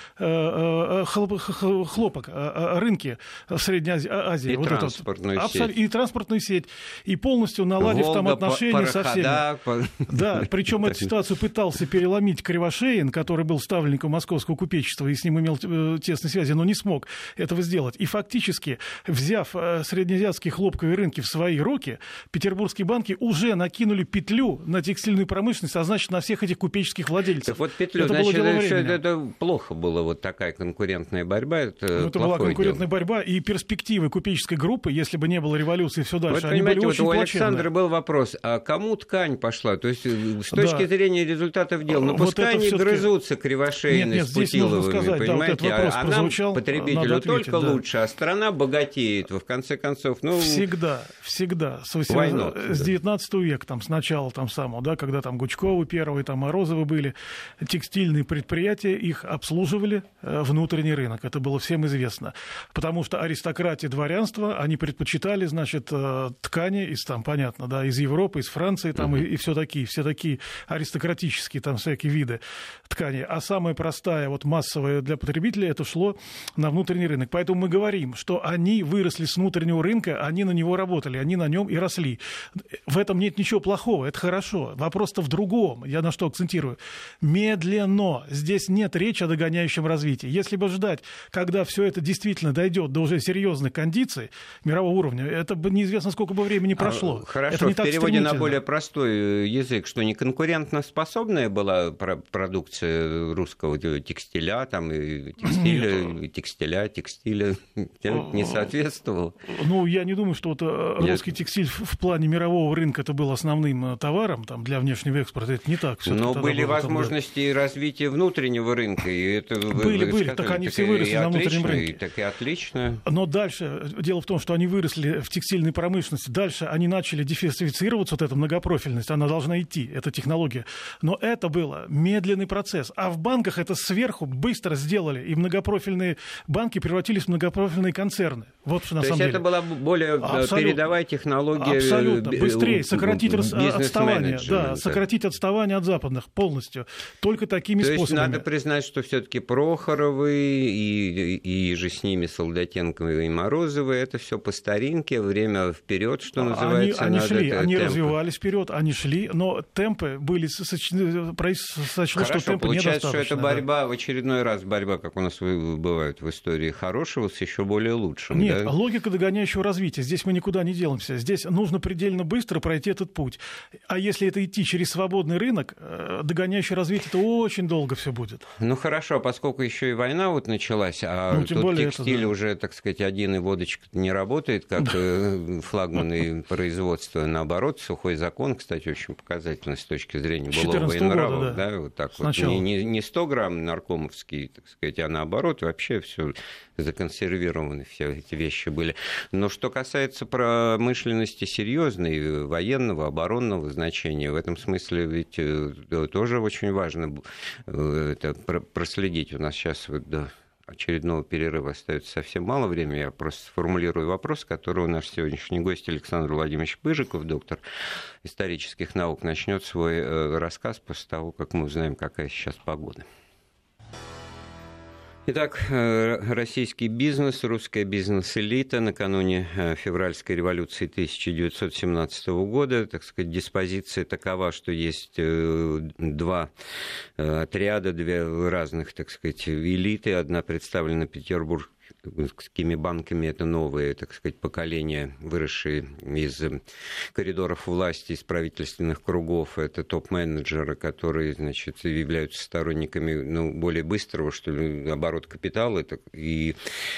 хлопок, рынки в Средней Азии. И вот транспортную этот, сеть. И транспортную сеть. И полностью наладив Волга, там отношения со всеми. По... Да, причем эту ситуацию пытался переломить Кривошеин, который был ставленником московского купечества и с ним имел тесные связи, но не смог этого сделать. И фактически, взяв среднеазиатские хлопковые рынки в свои руки, петербургские банки уже накинули петлю на текстильную промышленность, а значит, на всех этих купеческих владельцев. Так вот петлю, это значит, это, это, это плохо было, вот такая конкурентная борьба. Это, ну, это была конкурентная дело. борьба, и перспективы купеческой группы, если бы не было революции и все дальше, вот, они были вот очень у плачевные. Александра был вопрос, а кому ткань пошла? То есть с точки да. зрения результатов дел, ну пускай вот они грызутся Кривошеиной с Путиловыми, сказать, понимаете, да, вот а, а нам, потребителю, ответить, только да. лучше, а страна богатеет, в конце концов. Ну... Всегда, всегда. С Войну, с девятнадцатого века, там, с начала там самого, да, когда там Гучковы первые, там Морозовы были, текстильные предприятия, их обслуживали э, внутренний рынок. Это было всем известно. Потому что аристократия, дворянство, они предпочитали, значит, э, ткани из, там, понятно, да, из Европы, из Франции, там, mm-hmm. и, и все такие, все такие аристократические, там, всякие виды тканей. А самая простая, вот массовая для потребителя, это шло на внутренний рынок. Поэтому мы говорим, что они выросли с внутреннего рынка, они на него работали, они на нем и росли. В этом нет ничего плохого, это хорошо. Вопрос-то в другом. Я на что акцентирую? Медленно. Здесь нет речи о догоняющем развитии. Если бы ждать, когда все это действительно дойдет до уже серьезных кондиций мирового уровня, это бы неизвестно, сколько бы времени прошло. А, хорошо, это не в так переводе на более простой язык, что не конкурентоспособная была продукция русского текстиля, там и текстиля, нет. текстиля, текстиля не соответствовал? Ну, я не думаю, что вот русский текстиль в плане мирового рынка это был основным товаром там, для внешнего экспорта. Это не так. Но были возможности там, да. развития внутреннего рынка. И это, были, вы, были. Сказали, так они так все выросли на внутреннем рынке. И, так и отлично. Но дальше, дело в том, что они выросли в текстильной промышленности. Дальше они начали диверсифицироваться, вот эта многопрофильность, она должна идти, эта технология. Но это был медленный процесс. А в банках это сверху быстро сделали. И многопрофильные банки превратились в многопрофильные концерны. Вот что на То самом есть деле. это была более Абсолютно. передовая технология. Абсолютно. Быстрее сократить отставание. Да, сократить отставание от западных полностью. Только такими То способами. То есть надо признать, что все-таки Прохоровы и, и же с ними Солдатенко и Морозовы, это все по старинке, время вперед, что называется. Они, они шли, они темпы. развивались вперед, они шли, но темпы были сочли, сочло, Хорошо, что темпы получается, недостаточно. что это борьба, да. в очередной раз борьба, как у нас бывает в истории хорошего, с еще более лучшим. Нет, да? логика догоняющего развития. Здесь мы никуда не делаемся. Здесь нужно предельно быстро пройти этот путь. А если это идти через свободный рынок, догоняющее развитие, это очень долго все будет. Ну хорошо, поскольку еще и война вот началась, а ну, тут текстиль это, да. уже, так сказать, один и водочка не работает, как да. флагманы производства. Наоборот, сухой закон, кстати, очень показательный с точки зрения былого и нравов. Да. Да, вот так вот. Не, не, не сто грамм наркомовские, так сказать, а наоборот, вообще все законсервированы, все эти вещи были. Но что касается промышленности серьезной, военного, оборонного значения, в этом смысле ведь тоже очень важно это проследить. У нас сейчас вот, да, очередного перерыва остается совсем мало времени. Я просто сформулирую вопрос, который наш сегодняшний гость Александр Владимирович Пыжиков, доктор исторических наук, начнет свой рассказ после того, как мы узнаем, какая сейчас погода. Итак, российский бизнес, русская бизнес-элита накануне февральской революции тысяча девятьсот семнадцатого года, так сказать, диспозиция такова, что есть два отряда, две разных, так сказать, элиты. Одна представлена Петербург, какими банками это новые, так сказать, поколения, выросшие из коридоров власти, из правительственных кругов. Это топ-менеджеры, которые, значит, являются сторонниками, ну, более быстрого, что ли, оборот капитала. И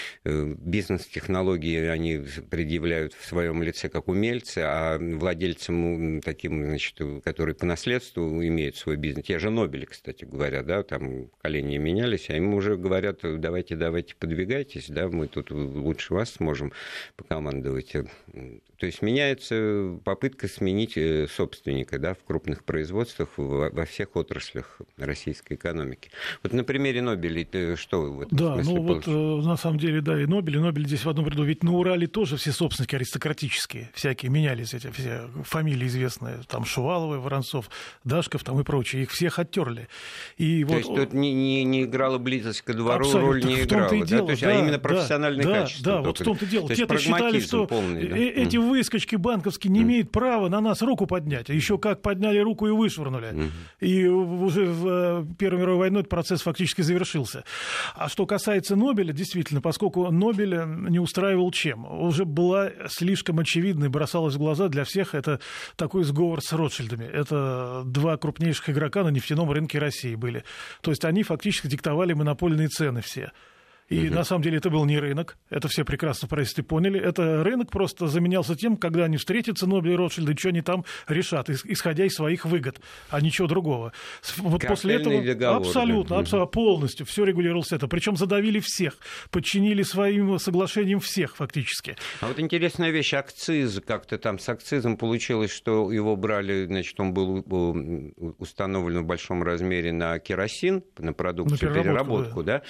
бизнес-технологии они предъявляют в своем лице как умельцы, а владельцам таким, значит, которые по наследству имеют свой бизнес. Те же Нобели, кстати говоря, да, там поколения менялись, а им уже говорят, давайте, давайте, подвигайтесь, да, мы тут лучше вас сможем покомандовать. То есть меняется попытка сменить собственника, да, в крупных производствах во всех отраслях российской экономики. Вот на примере Нобелей что в этом да, смысле ну получилось? Вот на самом деле, да, и Нобели, Нобели здесь в одном ряду. Ведь на Урале тоже все собственники аристократические, всякие менялись, эти все фамилии известные, там Шуваловы, Воронцов, Дашков там и прочие, их всех оттерли. И То вот... есть тут не, не, не играла близость к двору, абсолютно, роль не играла, да? Дело, То есть, да, а именно профессиональные да, качества. Да, только. вот в том-то и дело. То Те-то считали, что полный, да? эти mm. выскочки банковские не mm. имеют права на нас руку поднять. А еще как подняли руку и вышвырнули. Mm. И уже в Первой мировой войне этот процесс фактически завершился. А что касается Нобеля, действительно, поскольку Нобеля не устраивал чем? Уже была слишком очевидной, бросалась в глаза для всех, это такой сговор с Ротшильдами. Это два крупнейших игрока на нефтяном рынке России были. То есть они фактически диктовали монопольные цены все. И угу. на самом деле это был не рынок, это все прекрасно в правительстве поняли. Это рынок просто заменялся тем, когда они встретятся, Нобель и Ротшильды, что они там решат, исходя из своих выгод, а ничего другого. Вот после этого договор, абсолютно, да. абсолютно полностью все регулировалось это. Причем задавили всех, подчинили своим соглашением всех фактически. А вот интересная вещь, акциз, как-то там с акцизом получилось, что его брали, значит, он был установлен в большом размере на керосин, на продукцию, на переработку, переработку да. да,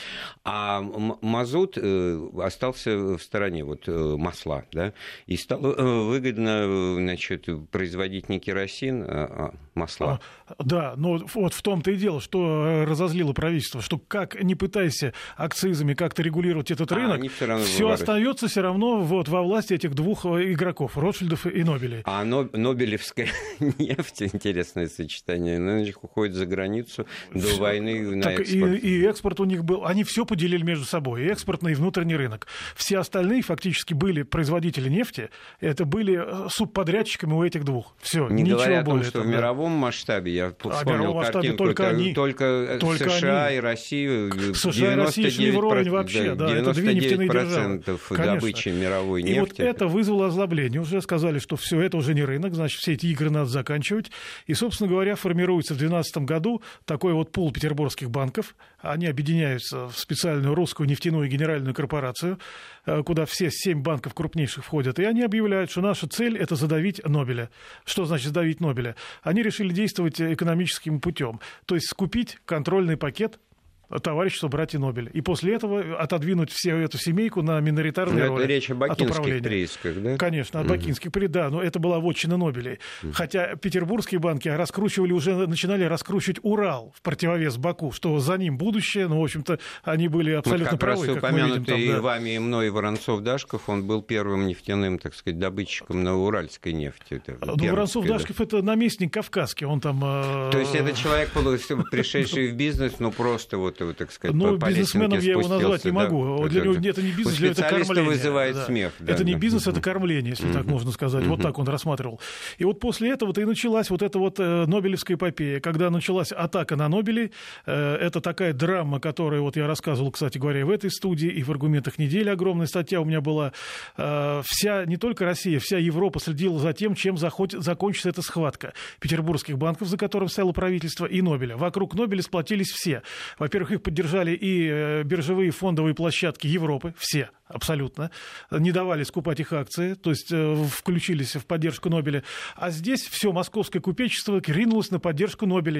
а мазут остался в стороне, вот масла, да, и стало выгодно, значит, производить не керосин, а масла. Да, но вот в том-то и дело, что разозлило правительство, что как не пытайся акцизами как-то регулировать этот рынок, а, все остается все равно вот во власти этих двух игроков, Ротшильдов и Нобелей. А нобелевская нефть, интересное сочетание, она уходит за границу до войны на так экспорт. И, и экспорт у них был, они все поделили между собой, и экспортный, и внутренний рынок. Все остальные фактически были производители нефти, это были субподрядчиками у этих двух. Все, не ничего говоря о том, более. что там, в да. мировом масштабе, я вспомнил а картинку, только, они, только, только США они. и Россия, США и Россия шли вровень вообще, да, это две нефтяные державы. Добычи мировой нефти. И вот это вызвало озлобление. Уже сказали, что все это уже не рынок, значит, все эти игры надо заканчивать. И, собственно говоря, формируется в две тысячи двенадцатом году такой вот пул петербургских банков. Они объединяются в специальную русскую нефтяную генеральную корпорацию, куда все семь банков крупнейших входят. И они объявляют, что наша цель – это задавить Нобеля. Что значит задавить Нобеля? Они решили действовать экономическим путем. То есть скупить контрольный пакет товарищества братья Нобеля. И после этого отодвинуть всю эту семейку на миноритарные роли. Это речь о бакинских приисках, да? Конечно, о бакинских приисках, да, но это была вотчина Нобелей. Угу. Хотя петербургские банки раскручивали, уже начинали раскручивать Урал в противовес Баку, что за ним будущее, ну, в общем-то, они были абсолютно вот как правы. Раз как мы видим там, и да. вами, и мной Воронцов-Дашков, он был первым нефтяным, так сказать, добытчиком на уральской нефти. Ну, Воронцов-Дашков да. это наместник кавказский, он там... То есть это человек, пришедший в бизнес, ну, просто вот так сказать, ну, по бизнесменом я его назвать да? не могу. Для него это не бизнес, для него это кормление. Вызывает да. смех. Да, это да. не бизнес, это кормление, если mm-hmm. так можно сказать. Mm-hmm. Вот так он рассматривал. И вот после этого-то и началась вот эта вот э, Нобелевская эпопея. Когда началась атака на Нобелей, э, это такая драма, которую вот я рассказывал, кстати говоря, и в этой студии, и в «Аргументах недели» огромная статья у меня была. Э, вся, не только Россия, вся Европа следила за тем, чем заход... закончится эта схватка петербургских банков, за которым стояло правительство, и Нобеля. Вокруг Нобеля сплотились все. Во-первых, их поддержали и биржевые фондовые площадки Европы, все абсолютно, не давали скупать их акции, то есть включились в поддержку Нобеля. А здесь все московское купечество ринулось на поддержку Нобелей.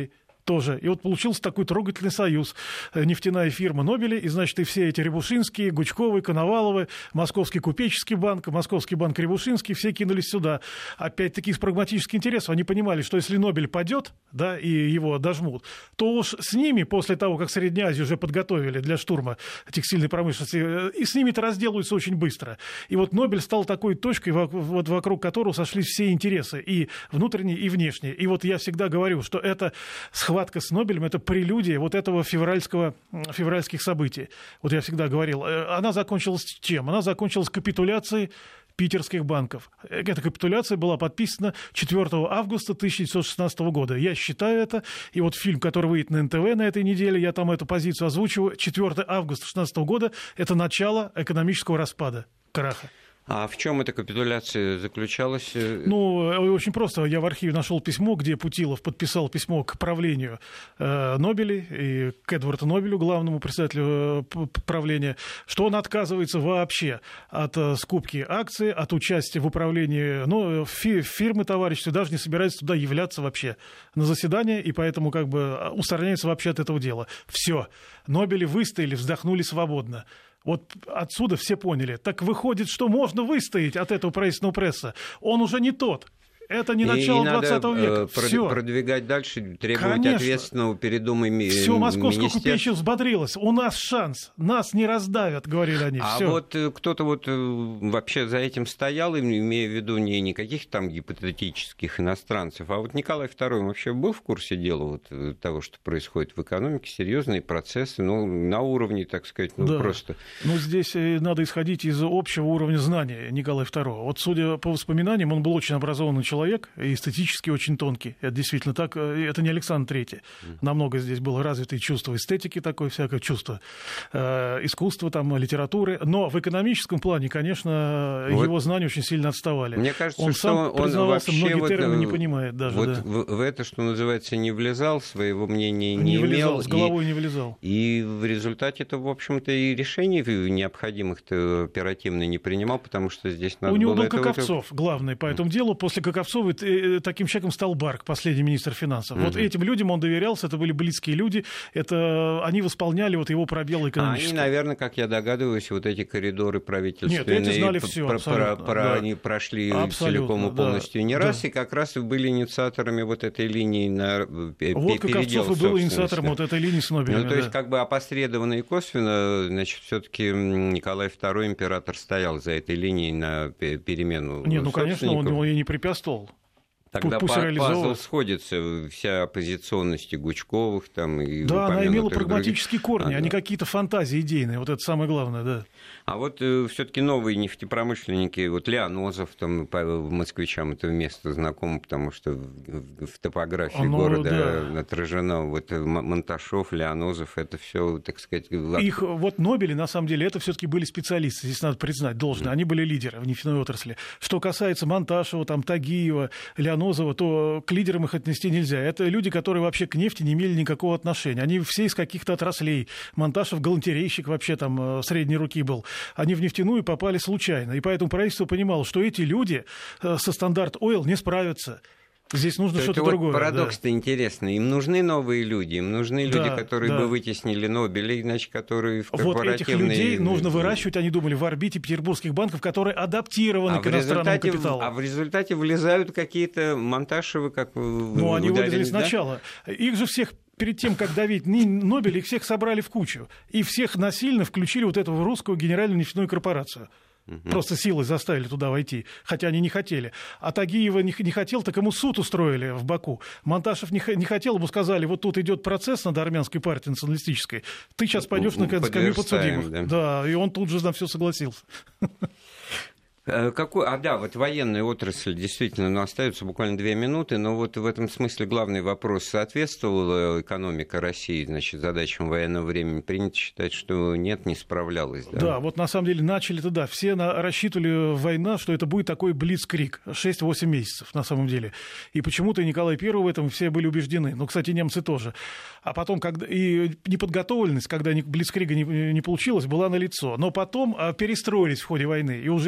тоже. И вот получился такой трогательный союз. Нефтяная фирма Нобели, и, значит, и все эти Рябушинские, Гучковы, Коноваловы, Московский купеческий банк, Московский банк Рябушинский, все кинулись сюда. Опять-таки из прагматических интересов. Они понимали, что если Нобель падет, да, и его дожмут, то уж с ними, после того, как Среднюю Азию уже подготовили для штурма текстильной промышленности, и с ними-то разделаются очень быстро. И вот Нобель стал такой точкой, вот вокруг которого сошлись все интересы, и внутренние, и внешние. И вот я всегда говорю, что это схватка с Нобелем, это прелюдия вот этого февральского, февральских событий. Вот я всегда говорил, она закончилась чем? Она закончилась капитуляцией питерских банков. Эта капитуляция была подписана четвёртого августа тысяча девятьсот шестнадцатого года. Я считаю это, и вот фильм, который выйдет на эн тэ вэ на этой неделе, я там эту позицию озвучиваю, четвёртого августа шестнадцатого года, это начало экономического распада, краха. А в чем эта капитуляция заключалась? Ну, очень просто. Я в архиве нашел письмо, где Путилов подписал письмо к правлению э, Нобелей и к Эдварду Нобелю, главному председателю э, правления, что он отказывается вообще от э, скупки акций, от участия в управлении ну, фи- фирмы товарищества, даже не собирается туда являться вообще на заседание, и поэтому как бы устраняется вообще от этого дела. Все. Нобели выстояли, вздохнули свободно. Вот отсюда все поняли. Так выходит, что можно выстоять от этого правительственного пресса. Он уже не тот. Это не начало двадцатого века. Прод- Всё. продвигать дальше, требовать Конечно. ответственного перед Думой министерства. Все московское купечество взбодрилось. У нас шанс. Нас не раздавят, говорили они. А Всё. вот кто-то вот вообще за этим стоял, имея в виду не, не каких-то там гипотетических иностранцев, а вот Николай второй вообще был в курсе дела вот того, что происходит в экономике, серьезные процессы, ну, на уровне, так сказать, ну, да. просто... Ну, здесь надо исходить из общего уровня знания Николая второго. Вот, судя по воспоминаниям, он был очень образованный человек, и эстетически очень тонкий. Это действительно так. Это не Александр Третий. Намного здесь было развито чувство эстетики, такое всякое чувство э, искусства, там, литературы. Но в экономическом плане, конечно, вот его знания очень сильно отставали. Мне кажется, он что сам он признавался, вообще многие вот, термины не понимает даже. Вот да. в, в это, что называется, не влезал, своего мнения не, не имел. Влезал, с головой и, не влезал. И в результате-то, в общем-то, и решений необходимых-то оперативно не принимал, потому что здесь надо У него было был это, Каковцов, это... главный по этому делу. После Каковцова таким человеком стал Барк, последний министр финансов. Mm-hmm. Вот этим людям он доверялся, это были близкие люди, это они восполняли вот его пробелы экономические. А они, наверное, как я догадываюсь, вот эти коридоры правительственные... Нет, эти знали все, про, абсолютно. Про, про, да. Они прошли абсолютно, целиком и полностью да. не раз, да. и как раз и были инициаторами вот этой линии на вот Каковцов и был инициатором вот этой линии с Нобелем. Ну, то есть, да. как бы опосредованно и косвенно, значит, все-таки Николай второй, император, стоял за этой линией на перемену. Нет, ну, конечно, он его и не препятствовал. Тогда Пусть пазл сходится, вся оппозиционность и Гучковых там. И да, она имела прагматические других. корни, а, а не да. какие-то фантазии идейные. Вот это самое главное, да. А вот э, все-таки новые нефтепромышленники, вот Лианозов, там, Павел, москвичам это место знакомо, потому что в, в топографии ну, города да. отражено. Вот Монташов, Лианозов, это все, так сказать... Их вот Нобели, на самом деле, это все-таки были специалисты, здесь надо признать, должны. Они были лидеры в нефтяной отрасли. Что касается Монташева, там, Тагиева, Лианозова, то к лидерам их отнести нельзя. Это люди, которые вообще к нефти не имели никакого отношения. Они все из каких-то отраслей. Монташев галантерейщик вообще там средней руки был. Они в нефтяную попали случайно. И поэтому правительство понимало, что эти люди со Стандарт Ойл не справятся. Здесь нужно то что-то это другое. Вот парадокс-то да. интересный. Им нужны новые люди, им нужны люди, да, которые да. бы вытеснили Нобеля, иначе которые в корпоративные... Вот этих людей нужно выращивать, они думали, в орбите петербургских банков, которые адаптированы а к иностранному капиталу. А в результате влезают какие-то Монташевы, как Ну, они ударили, вылезли да? сначала. Их же всех... Перед тем, как давить Нобель, их всех собрали в кучу. И всех насильно включили вот эту русскую генеральную нефтяную корпорацию. Угу. Просто силой заставили туда войти, хотя они не хотели. А Тагиева не, не хотел, так ему суд устроили в Баку. Монташев не, не хотел, ему сказали, вот тут идет процесс над армянской партией националистической, ты сейчас пойдешь на скамью подсудимых. Да. да, и он тут же на все согласился. Какой, а да, вот военная отрасль действительно, ну, остается буквально две минуты, но вот в этом смысле главный вопрос: соответствовала экономика России, значит, задачам военного времени? Принято считать, что нет, не справлялась. Да, да, вот на самом деле начали-то, да, все на, рассчитывали война, что это будет такой блицкриг, шесть-восемь месяцев на самом деле. И почему-то Николай Первый в этом все были убеждены. Ну, кстати, немцы тоже. А потом, когда и неподготовленность, когда блицкрига не, не получилось, была налицо. Но потом перестроились в ходе войны. И уже в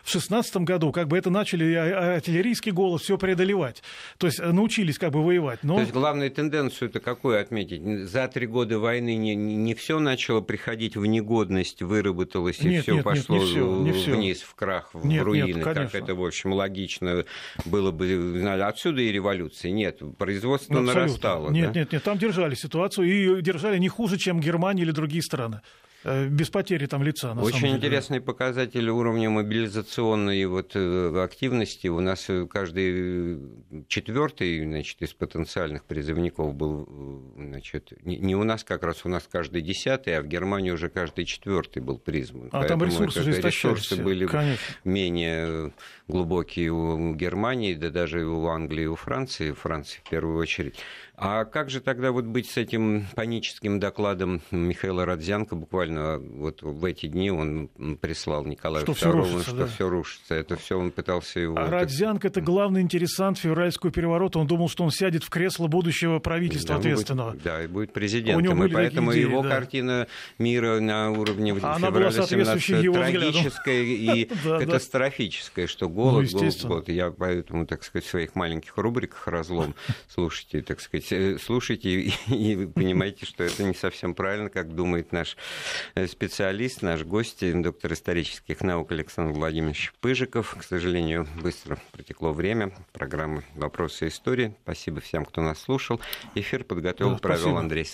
в шестнадцатом году как бы это начали артиллерийский голод все преодолевать. То есть научились как бы воевать. Но... То есть главную тенденцию это какую отметить? За три года войны не, не все начало приходить в негодность, выработалось, и нет, все нет, пошло нет, не все, не вниз, все. в крах, в нет, руины, нет, как это, в общем, логично было бы. Отсюда и революции. Нет, производство ну, нарастало. Нет, да? нет, нет, там держали ситуацию и держали не хуже, чем Германия или другие страны. Без потери там лица. На Очень самом деле. интересный показатель уровня мобилизационной вот активности. У нас каждый четвертый, значит, из потенциальных призывников был, значит, не у нас как раз, у нас каждый десятый, а в Германии уже каждый четвертый был призван. А там ресурсы же истощались. Ресурсы были Конечно. менее глубокие у Германии, да даже у Англии, у Франции, Франции в первую очередь. А как же тогда вот быть с этим паническим докладом Михаила Родзянко? Буквально вот в эти дни он прислал Николаю что второму, все рушится, что да. все рушится. Это все он пытался его... А Родзянко — это главный интересант февральского переворота. Он думал, что он сядет в кресло будущего правительства да, ответственного. Будет, да, и будет президентом. И поэтому идеи, его да. картина мира на уровне Она февраля семнадцатого трагическая и катастрофическая, что голод, голод, голод. Я поэтому, так сказать, в своих маленьких рубриках «Разлом» слушайте, так сказать, слушайте и, и понимаете, что это не совсем правильно, как думает наш специалист, наш гость, доктор исторических наук Александр Владимирович Пыжиков. К сожалению, быстро протекло время. Программа «Вопросы истории». Спасибо всем, кто нас слушал. Эфир подготовил, да, провел Андрей